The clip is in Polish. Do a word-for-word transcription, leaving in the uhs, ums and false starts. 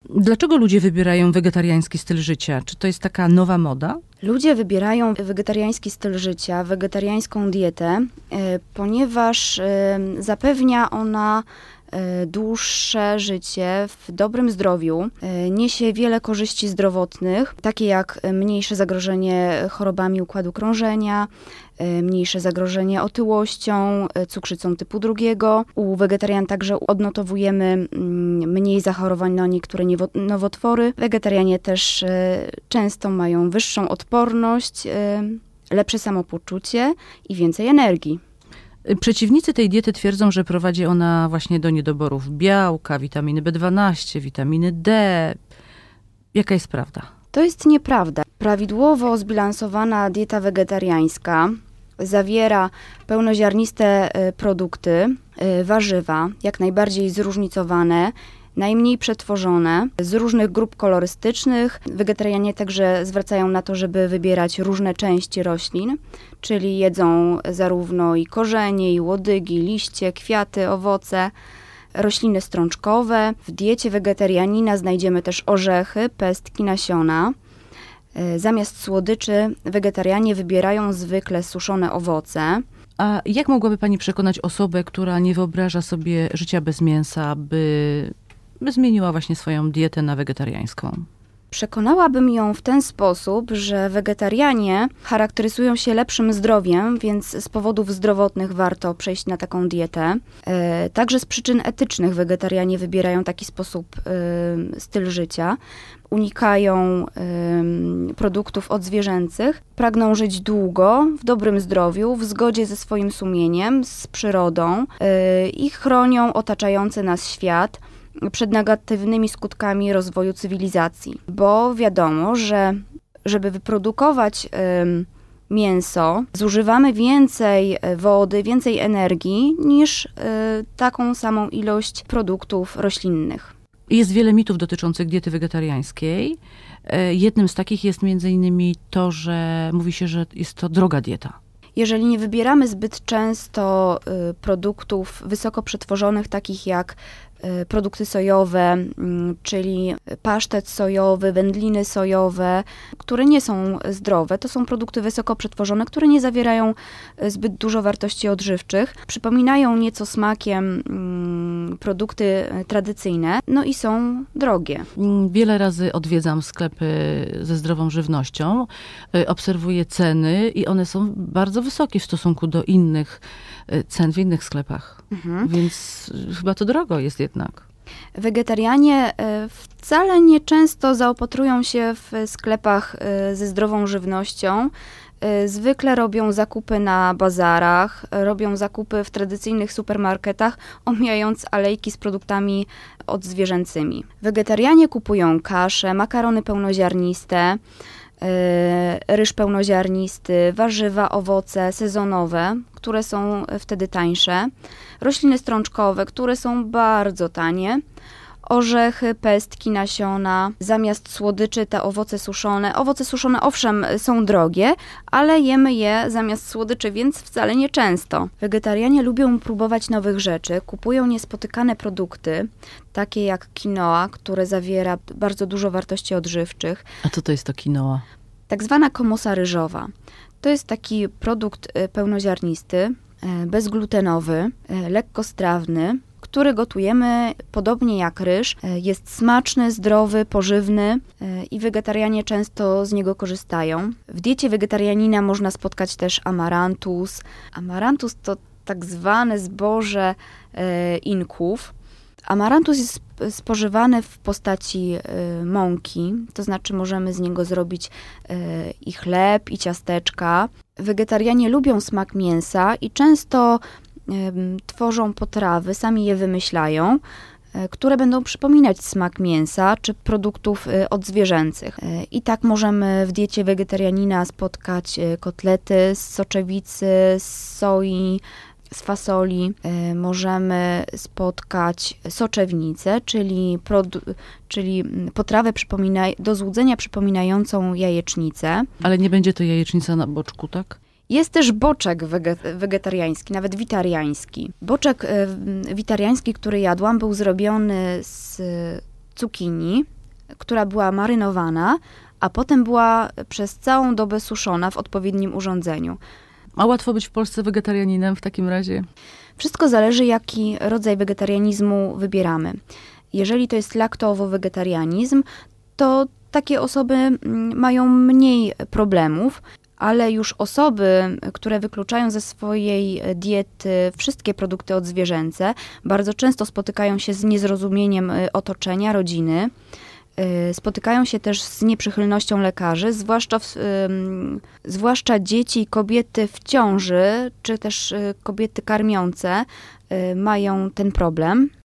Dlaczego ludzie wybierają wegetariański styl życia? Czy to jest taka nowa moda? Ludzie wybierają wegetariański styl życia, wegetariańską dietę, ponieważ zapewnia ona dłuższe życie w dobrym zdrowiu, niesie wiele korzyści zdrowotnych, takie jak mniejsze zagrożenie chorobami układu krążenia, mniejsze zagrożenie otyłością, cukrzycą typu drugiego. U wegetarian także odnotowujemy mniej zachorowań na niektóre nowotwory. Wegetarianie też często mają wyższą odporność, lepsze samopoczucie i więcej energii. Przeciwnicy tej diety twierdzą, że prowadzi ona właśnie do niedoborów białka, witaminy B dwanaście, witaminy D. Jaka jest prawda? To jest nieprawda. Prawidłowo zbilansowana dieta wegetariańska zawiera pełnoziarniste produkty, warzywa, jak najbardziej zróżnicowane, najmniej przetworzone, z różnych grup kolorystycznych. Wegetarianie także zwracają na to, żeby wybierać różne części roślin, czyli jedzą zarówno i korzenie, i łodygi, liście, kwiaty, owoce, rośliny strączkowe. W diecie wegetarianina znajdziemy też orzechy, pestki, nasiona. Zamiast słodyczy wegetarianie wybierają zwykle suszone owoce. A jak mogłaby pani przekonać osobę, która nie wyobraża sobie życia bez mięsa, by, by zmieniła właśnie swoją dietę na wegetariańską? Przekonałabym ją w ten sposób, że wegetarianie charakteryzują się lepszym zdrowiem, więc z powodów zdrowotnych warto przejść na taką dietę. E, także z przyczyn etycznych wegetarianie wybierają taki sposób e, styl życia. Unikają y, produktów odzwierzęcych, pragną żyć długo, w dobrym zdrowiu, w zgodzie ze swoim sumieniem, z przyrodą y, i chronią otaczający nas świat przed negatywnymi skutkami rozwoju cywilizacji. Bo wiadomo, że żeby wyprodukować y, mięso, zużywamy więcej wody, więcej energii niż y, taką samą ilość produktów roślinnych. Jest wiele mitów dotyczących diety wegetariańskiej. Jednym z takich jest między innymi to, że mówi się, że jest to droga dieta. Jeżeli nie wybieramy zbyt często y, produktów wysoko przetworzonych, takich jak y, produkty sojowe, y, czyli pasztet sojowy, wędliny sojowe, które nie są zdrowe, to są produkty wysoko przetworzone, które nie zawierają y, zbyt dużo wartości odżywczych, przypominają nieco smakiem y, produkty tradycyjne, no i są drogie. Wiele razy odwiedzam sklepy ze zdrową żywnością, y, obserwuję ceny i one są bardzo wysokie w stosunku do innych cen w innych sklepach. Mhm. Więc chyba to drogo jest jednak. Wegetarianie wcale nie często zaopatrują się w sklepach ze zdrową żywnością. Zwykle robią zakupy na bazarach, robią zakupy w tradycyjnych supermarketach, omijając alejki z produktami odzwierzęcymi. Wegetarianie kupują kasze, makarony pełnoziarniste, ryż pełnoziarnisty, warzywa, owoce sezonowe, które są wtedy tańsze, rośliny strączkowe, które są bardzo tanie, orzechy, pestki, nasiona, zamiast słodyczy te owoce suszone. Owoce suszone owszem są drogie, ale jemy je zamiast słodyczy, więc wcale nie często. Wegetarianie lubią próbować nowych rzeczy, kupują niespotykane produkty, takie jak quinoa, które zawiera bardzo dużo wartości odżywczych. A co to jest to quinoa? Tak zwana komosa ryżowa. To jest taki produkt pełnoziarnisty, bezglutenowy, lekkostrawny, który gotujemy podobnie jak ryż. Jest smaczny, zdrowy, pożywny i wegetarianie często z niego korzystają. W diecie wegetarianina można spotkać też amarantus. Amarantus to tak zwane zboże Inków. Amarantus jest spożywany w postaci mąki, to znaczy możemy z niego zrobić i chleb, i ciasteczka. Wegetarianie lubią smak mięsa i często tworzą potrawy, sami je wymyślają, które będą przypominać smak mięsa czy produktów odzwierzęcych. I tak możemy w diecie wegetarianina spotkać kotlety z soczewicy, z soi, z fasoli. Możemy spotkać soczewnicę, czyli, produ- czyli potrawę przypomina- do złudzenia przypominającą jajecznicę. Ale nie będzie to jajecznica na boczku, tak? Jest też boczek wege- wegetariański, nawet witariański. Boczek y, witariański, który jadłam, był zrobiony z cukinii, która była marynowana, a potem była przez całą dobę suszona w odpowiednim urządzeniu. A łatwo być w Polsce wegetarianinem w takim razie? Wszystko zależy, jaki rodzaj wegetarianizmu wybieramy. Jeżeli to jest laktowo-wegetarianizm, to takie osoby mają mniej problemów, ale już osoby, które wykluczają ze swojej diety wszystkie produkty odzwierzęce, bardzo często spotykają się z niezrozumieniem otoczenia, rodziny. Spotykają się też z nieprzychylnością lekarzy, zwłaszcza, w, zwłaszcza dzieci i kobiety w ciąży, czy też kobiety karmiące mają ten problem.